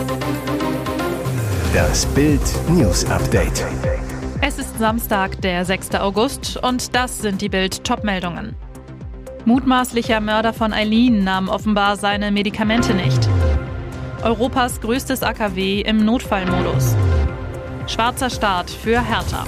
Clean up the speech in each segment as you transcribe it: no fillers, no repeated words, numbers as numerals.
Das Bild News Update. Es ist Samstag, der 6. August und das sind die Bild-Top-Meldungen. Mutmaßlicher Mörder von Eileen nahm offenbar seine Medikamente nicht. Europas größtes AKW im Notfallmodus. Schwarzer Start für Hertha.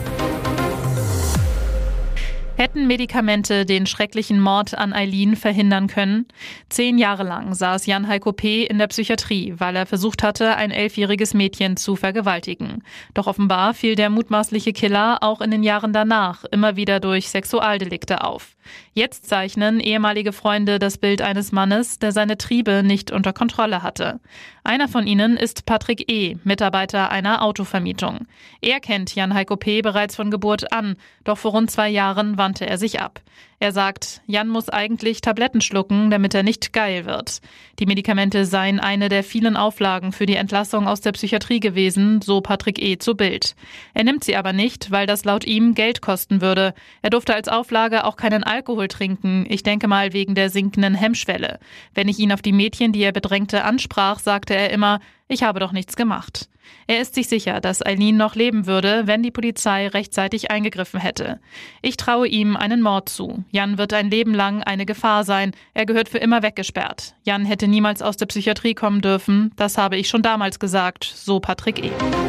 Hätten Medikamente den schrecklichen Mord an Eileen verhindern können? 10 Jahre lang saß Jan Heiko P. in der Psychiatrie, weil er versucht hatte, ein 11-jähriges Mädchen zu vergewaltigen. Doch offenbar fiel der mutmaßliche Killer auch in den Jahren danach immer wieder durch Sexualdelikte auf. Jetzt zeichnen ehemalige Freunde das Bild eines Mannes, der seine Triebe nicht unter Kontrolle hatte. Einer von ihnen ist Patrick E., Mitarbeiter einer Autovermietung. Er kennt Jan Heiko P. bereits von Geburt an, doch vor rund 2 Jahren wandte er sich ab. Er sagt, Jan muss eigentlich Tabletten schlucken, damit er nicht geil wird. Die Medikamente seien eine der vielen Auflagen für die Entlassung aus der Psychiatrie gewesen, so Patrick E. zu Bild. Er nimmt sie aber nicht, weil das laut ihm Geld kosten würde. Er durfte als Auflage auch keinen Alkohol trinken, ich denke mal wegen der sinkenden Hemmschwelle. Wenn ich ihn auf die Mädchen, die er bedrängte, ansprach, sagte er immer, ich habe doch nichts gemacht. Er ist sich sicher, dass Eileen noch leben würde, wenn die Polizei rechtzeitig eingegriffen hätte. Ich traue ihm einen Mord zu. Jan wird ein Leben lang eine Gefahr sein. Er gehört für immer weggesperrt. Jan hätte niemals aus der Psychiatrie kommen dürfen. Das habe ich schon damals gesagt, so Patrick E.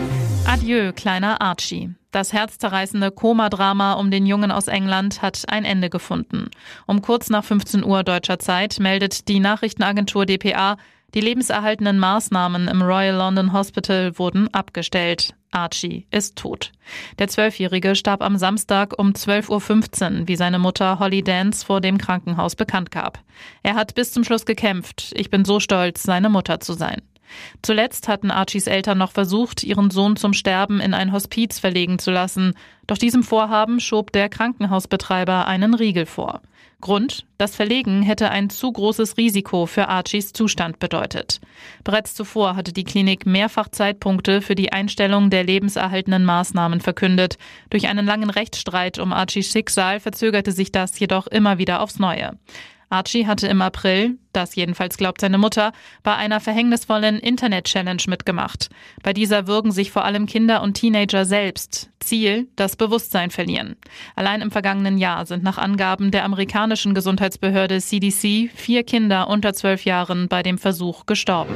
Adieu, kleiner Archie. Das herzzerreißende Koma-Drama um den Jungen aus England hat ein Ende gefunden. Um kurz nach 15 Uhr deutscher Zeit meldet die Nachrichtenagentur dpa, die lebenserhaltenden Maßnahmen im Royal London Hospital wurden abgestellt. Archie ist tot. Der 12-Jährige starb am Samstag um 12:15 Uhr, wie seine Mutter Holly Dance vor dem Krankenhaus bekannt gab. Er hat bis zum Schluss gekämpft. Ich bin so stolz, seine Mutter zu sein. Zuletzt hatten Archies Eltern noch versucht, ihren Sohn zum Sterben in ein Hospiz verlegen zu lassen. Doch diesem Vorhaben schob der Krankenhausbetreiber einen Riegel vor. Grund: Das Verlegen hätte ein zu großes Risiko für Archies Zustand bedeutet. Bereits zuvor hatte die Klinik mehrfach Zeitpunkte für die Einstellung der lebenserhaltenden Maßnahmen verkündet. Durch einen langen Rechtsstreit um Archies Schicksal verzögerte sich das jedoch immer wieder aufs Neue. Archie hatte im April, das jedenfalls glaubt seine Mutter, bei einer verhängnisvollen Internet-Challenge mitgemacht. Bei dieser würgen sich vor allem Kinder und Teenager selbst. Ziel: das Bewusstsein verlieren. Allein im vergangenen Jahr sind nach Angaben der amerikanischen Gesundheitsbehörde CDC 4 Kinder unter 12 Jahren bei dem Versuch gestorben.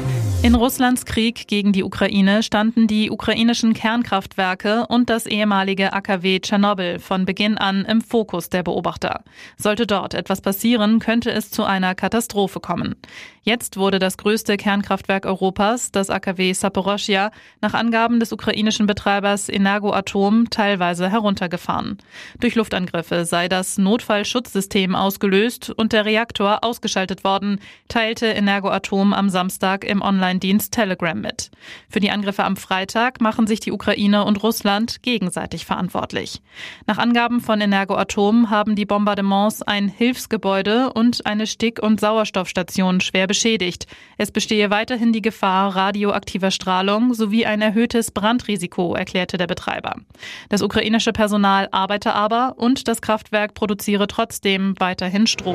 In Russlands Krieg gegen die Ukraine standen die ukrainischen Kernkraftwerke und das ehemalige AKW Tschernobyl von Beginn an im Fokus der Beobachter. Sollte dort etwas passieren, könnte es zu einer Katastrophe kommen. Jetzt wurde das größte Kernkraftwerk Europas, das AKW Saporoschja, nach Angaben des ukrainischen Betreibers Energoatom teilweise heruntergefahren. Durch Luftangriffe sei das Notfallschutzsystem ausgelöst und der Reaktor ausgeschaltet worden, teilte Energoatom am Samstag im Online-Dienst Telegram mit. Für die Angriffe am Freitag machen sich die Ukraine und Russland gegenseitig verantwortlich. Nach Angaben von Energoatom haben die Bombardements ein Hilfsgebäude und eine Stick- und Sauerstoffstation schwer beschädigt. Es bestehe weiterhin die Gefahr radioaktiver Strahlung sowie ein erhöhtes Brandrisiko, erklärte der Betreiber. Das ukrainische Personal arbeite aber und das Kraftwerk produziere trotzdem weiterhin Strom.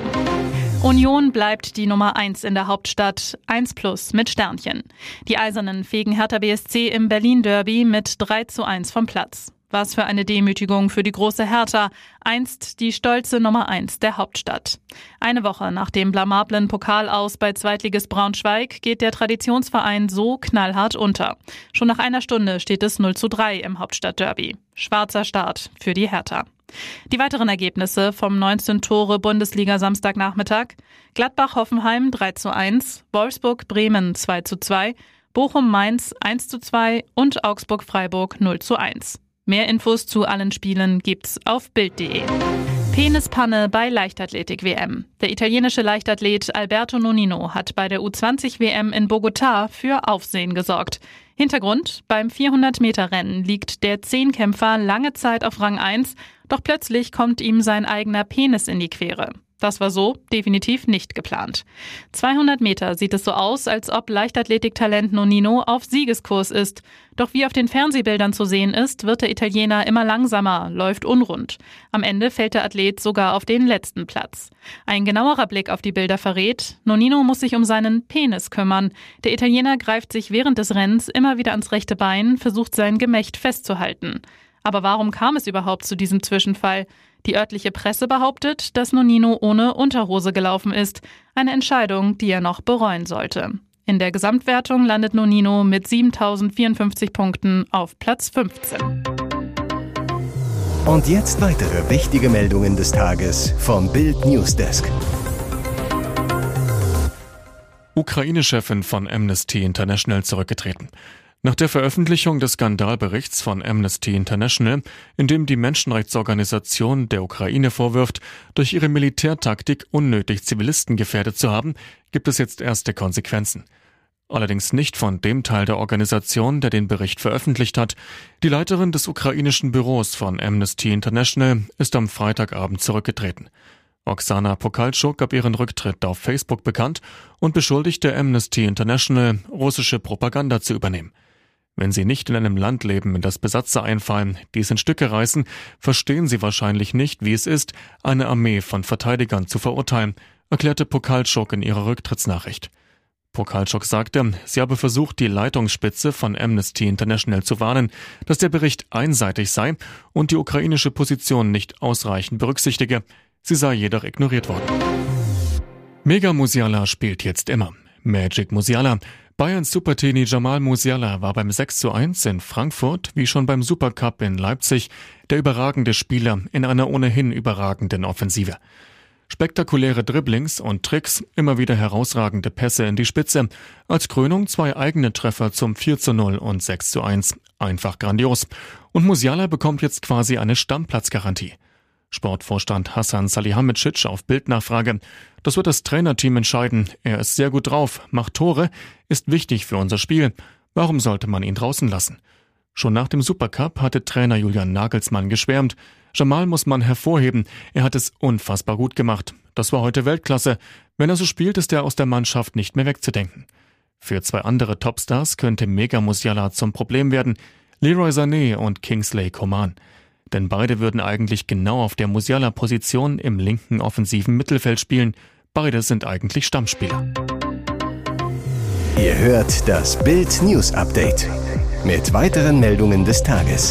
Union bleibt die Nummer 1 in der Hauptstadt, 1+ mit Sternchen. Die Eisernen fegen Hertha BSC im Berlin-Derby mit 3:1 vom Platz. Was für eine Demütigung für die große Hertha, einst die stolze Nummer 1 der Hauptstadt. Eine Woche nach dem blamablen Pokalaus bei Zweitligist Braunschweig geht der Traditionsverein so knallhart unter. Schon nach einer Stunde steht es 0:3 im Hauptstadtderby. Schwarzer Start für die Hertha. Die weiteren Ergebnisse vom 19-Tore-Bundesliga Samstagnachmittag: Gladbach-Hoffenheim 3:1, Wolfsburg-Bremen 2:2, Bochum-Mainz 1:2 und Augsburg-Freiburg 0:1. Mehr Infos zu allen Spielen gibt's auf Bild.de. Penispanne bei Leichtathletik-WM. Der italienische Leichtathlet Alberto Nonino hat bei der U20-WM in Bogotá für Aufsehen gesorgt. Hintergrund: Beim 400-Meter-Rennen liegt der Zehnkämpfer lange Zeit auf Rang 1, doch plötzlich kommt ihm sein eigener Penis in die Quere. Das war so definitiv nicht geplant. 200 Meter sieht es so aus, als ob Leichtathletiktalent Nonino auf Siegeskurs ist. Doch wie auf den Fernsehbildern zu sehen ist, wird der Italiener immer langsamer, läuft unrund. Am Ende fällt der Athlet sogar auf den letzten Platz. Ein genauerer Blick auf die Bilder verrät, Nonino muss sich um seinen Penis kümmern. Der Italiener greift sich während des Rennens immer wieder ans rechte Bein, versucht sein Gemächt festzuhalten. Aber warum kam es überhaupt zu diesem Zwischenfall? Die örtliche Presse behauptet, dass Nonino ohne Unterhose gelaufen ist. Eine Entscheidung, die er noch bereuen sollte. In der Gesamtwertung landet Nonino mit 7.054 Punkten auf Platz 15. Und jetzt weitere wichtige Meldungen des Tages vom Bild Newsdesk. Ukraine-Chefin von Amnesty International zurückgetreten. Nach der Veröffentlichung des Skandalberichts von Amnesty International, in dem die Menschenrechtsorganisation der Ukraine vorwirft, durch ihre Militärtaktik unnötig Zivilisten gefährdet zu haben, gibt es jetzt erste Konsequenzen. Allerdings nicht von dem Teil der Organisation, der den Bericht veröffentlicht hat. Die Leiterin des ukrainischen Büros von Amnesty International ist am Freitagabend zurückgetreten. Oksana Pokaltschuk gab ihren Rücktritt auf Facebook bekannt und beschuldigte Amnesty International, russische Propaganda zu übernehmen. Wenn Sie nicht in einem Land leben, in das Besatzer einfallen, dies in Stücke reißen, verstehen Sie wahrscheinlich nicht, wie es ist, eine Armee von Verteidigern zu verurteilen, erklärte Pokaltschuk in ihrer Rücktrittsnachricht. Pokaltschuk sagte, sie habe versucht, die Leitungsspitze von Amnesty International zu warnen, dass der Bericht einseitig sei und die ukrainische Position nicht ausreichend berücksichtige. Sie sei jedoch ignoriert worden. Mega Musiala spielt jetzt immer. Magic Musiala. Bayerns Superteenie Jamal Musiala war beim 6:1 in Frankfurt, wie schon beim Supercup in Leipzig, der überragende Spieler in einer ohnehin überragenden Offensive. Spektakuläre Dribblings und Tricks, immer wieder herausragende Pässe in die Spitze. Als Krönung 2 eigene Treffer zum 4:0 und 6:1. Einfach grandios. Und Musiala bekommt jetzt quasi eine Stammplatzgarantie. Sportvorstand Hasan Salihamidzic auf Bildnachfrage. Das wird das Trainerteam entscheiden. Er ist sehr gut drauf, macht Tore, ist wichtig für unser Spiel. Warum sollte man ihn draußen lassen? Schon nach dem Supercup hatte Trainer Julian Nagelsmann geschwärmt. Jamal muss man hervorheben. Er hat es unfassbar gut gemacht. Das war heute Weltklasse. Wenn er so spielt, ist er aus der Mannschaft nicht mehr wegzudenken. Für 2 andere Topstars könnte Mega Musiala zum Problem werden. Leroy Sané und Kingsley Coman. Denn beide würden eigentlich genau auf der Musiala-Position im linken offensiven Mittelfeld spielen. Beide sind eigentlich Stammspieler. Ihr hört das Bild News Update mit weiteren Meldungen des Tages.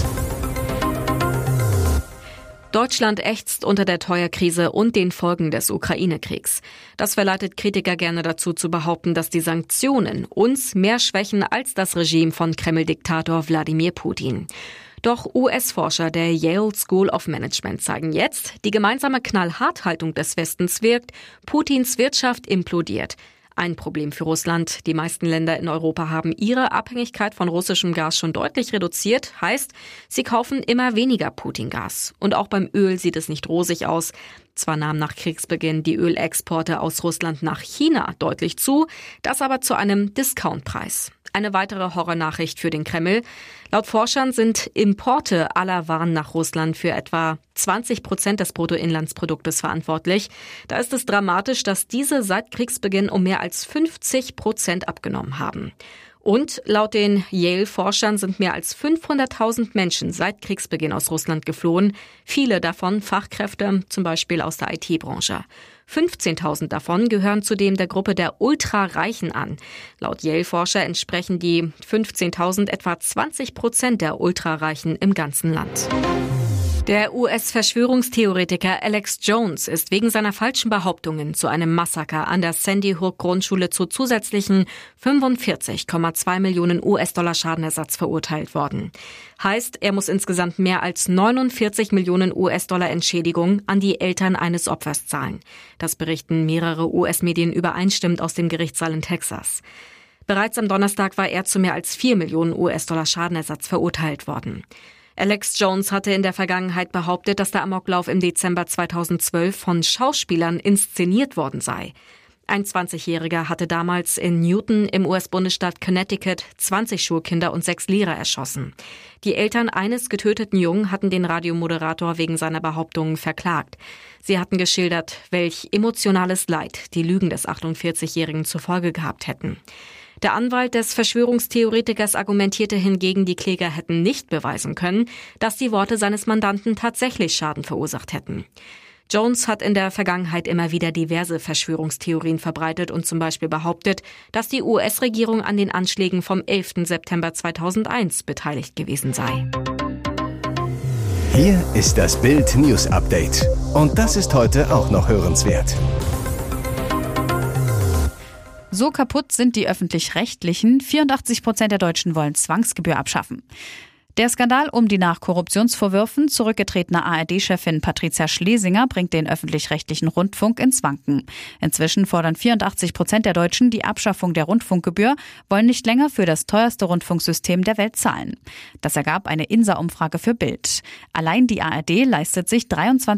Deutschland ächzt unter der Teuerkrise und den Folgen des Ukraine-Kriegs. Das verleitet Kritiker gerne dazu zu behaupten, dass die Sanktionen uns mehr schwächen als das Regime von Kreml-Diktator Wladimir Putin. Doch US-Forscher der Yale School of Management zeigen jetzt, die gemeinsame Knallharthaltung des Westens wirkt, Putins Wirtschaft implodiert. Ein Problem für Russland. Die meisten Länder in Europa haben ihre Abhängigkeit von russischem Gas schon deutlich reduziert. Heißt, sie kaufen immer weniger Putin-Gas. Und auch beim Öl sieht es nicht rosig aus. Zwar nahmen nach Kriegsbeginn die Ölexporte aus Russland nach China deutlich zu, das aber zu einem Discountpreis. Eine weitere Horrornachricht für den Kreml. Laut Forschern sind Importe aller Waren nach Russland für etwa 20% des Bruttoinlandsproduktes verantwortlich. Da ist es dramatisch, dass diese seit Kriegsbeginn um mehr als 50% abgenommen haben. Und laut den Yale-Forschern sind mehr als 500.000 Menschen seit Kriegsbeginn aus Russland geflohen. Viele davon Fachkräfte, zum Beispiel aus der IT-Branche. 15.000 davon gehören zudem der Gruppe der Ultrareichen an. Laut Yale-Forscher entsprechen die 15.000 etwa 20% der Ultrareichen im ganzen Land. Der US-Verschwörungstheoretiker Alex Jones ist wegen seiner falschen Behauptungen zu einem Massaker an der Sandy Hook Grundschule zu zusätzlichen 45,2 Millionen US-Dollar Schadenersatz verurteilt worden. Heißt, er muss insgesamt mehr als 49 Millionen US-Dollar Entschädigung an die Eltern eines Opfers zahlen. Das berichten mehrere US-Medien übereinstimmend aus dem Gerichtssaal in Texas. Bereits am Donnerstag war er zu mehr als 4 Millionen US-Dollar Schadenersatz verurteilt worden. Alex Jones hatte in der Vergangenheit behauptet, dass der Amoklauf im Dezember 2012 von Schauspielern inszeniert worden sei. Ein 20-Jähriger hatte damals in Newton im US-Bundesstaat Connecticut 20 Schulkinder und 6 Lehrer erschossen. Die Eltern eines getöteten Jungen hatten den Radiomoderator wegen seiner Behauptungen verklagt. Sie hatten geschildert, welch emotionales Leid die Lügen des 48-Jährigen zur Folge gehabt hätten. Der Anwalt des Verschwörungstheoretikers argumentierte hingegen, die Kläger hätten nicht beweisen können, dass die Worte seines Mandanten tatsächlich Schaden verursacht hätten. Jones hat in der Vergangenheit immer wieder diverse Verschwörungstheorien verbreitet und zum Beispiel behauptet, dass die US-Regierung an den Anschlägen vom 11. September 2001 beteiligt gewesen sei. Hier ist das Bild News Update. Und das ist heute auch noch hörenswert. So kaputt sind die Öffentlich-Rechtlichen. 84% der Deutschen wollen Zwangsgebühr abschaffen. Der Skandal um die nach Korruptionsvorwürfen zurückgetretene ARD-Chefin Patricia Schlesinger bringt den öffentlich-rechtlichen Rundfunk ins Wanken. Inzwischen fordern 84% der Deutschen die Abschaffung der Rundfunkgebühr, wollen nicht länger für das teuerste Rundfunksystem der Welt zahlen. Das ergab eine INSA-Umfrage für Bild. Allein die ARD leistet sich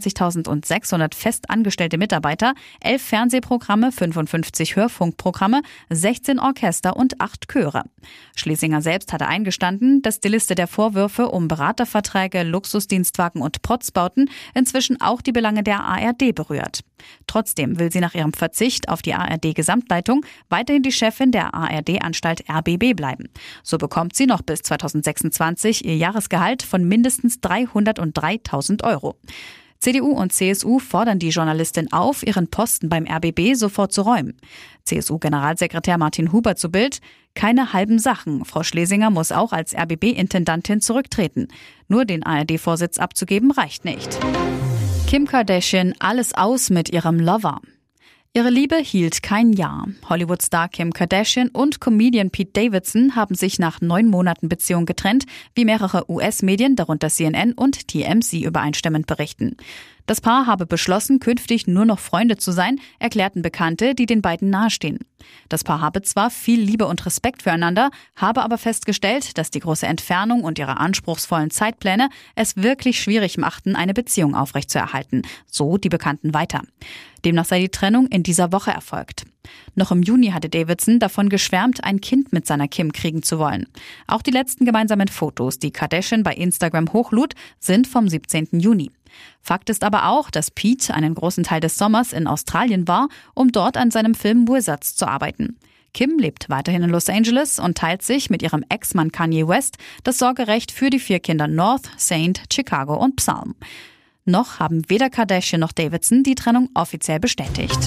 23.600 festangestellte Mitarbeiter, 11 Fernsehprogramme, 55 Hörfunkprogramme, 16 Orchester und 8 Chöre. Schlesinger selbst hatte eingestanden, dass die Liste der Vorwürfe um Beraterverträge, Luxusdienstwagen und Protzbauten inzwischen auch die Belange der ARD berührt. Trotzdem will sie nach ihrem Verzicht auf die ARD-Gesamtleitung weiterhin die Chefin der ARD-Anstalt RBB bleiben. So bekommt sie noch bis 2026 ihr Jahresgehalt von mindestens 303.000 €. CDU und CSU fordern die Journalistin auf, ihren Posten beim RBB sofort zu räumen. CSU-Generalsekretär Martin Huber zu Bild: Keine halben Sachen. Frau Schlesinger muss auch als RBB-Intendantin zurücktreten. Nur den ARD-Vorsitz abzugeben reicht nicht. Kim Kardashian: Alles aus mit ihrem Lover. Ihre Liebe hielt kein Jahr. Hollywood-Star Kim Kardashian und Comedian Pete Davidson haben sich nach 9 Monaten Beziehung getrennt, wie mehrere US-Medien, darunter CNN und TMZ, übereinstimmend berichten. Das Paar habe beschlossen, künftig nur noch Freunde zu sein, erklärten Bekannte, die den beiden nahestehen. Das Paar habe zwar viel Liebe und Respekt füreinander, habe aber festgestellt, dass die große Entfernung und ihre anspruchsvollen Zeitpläne es wirklich schwierig machten, eine Beziehung aufrechtzuerhalten. So die Bekannten weiter. Demnach sei die Trennung in dieser Woche erfolgt. Noch im Juni hatte Davidson davon geschwärmt, ein Kind mit seiner Kim kriegen zu wollen. Auch die letzten gemeinsamen Fotos, die Kardashian bei Instagram hochlud, sind vom 17. Juni. Fakt ist aber auch, dass Pete einen großen Teil des Sommers in Australien war, um dort an seinem Film Wizards zu arbeiten. Kim lebt weiterhin in Los Angeles und teilt sich mit ihrem Ex-Mann Kanye West das Sorgerecht für die 4 Kinder North, Saint, Chicago und Psalm. Noch haben weder Kardashian noch Davidson die Trennung offiziell bestätigt.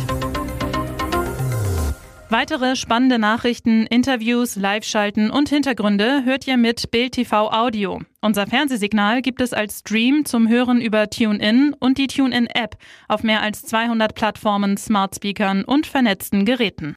Weitere spannende Nachrichten, Interviews, Live-Schalten und Hintergründe hört ihr mit Bild TV Audio. Unser Fernsehsignal gibt es als Stream zum Hören über TuneIn und die TuneIn-App auf mehr als 200 Plattformen, Smartspeakern und vernetzten Geräten.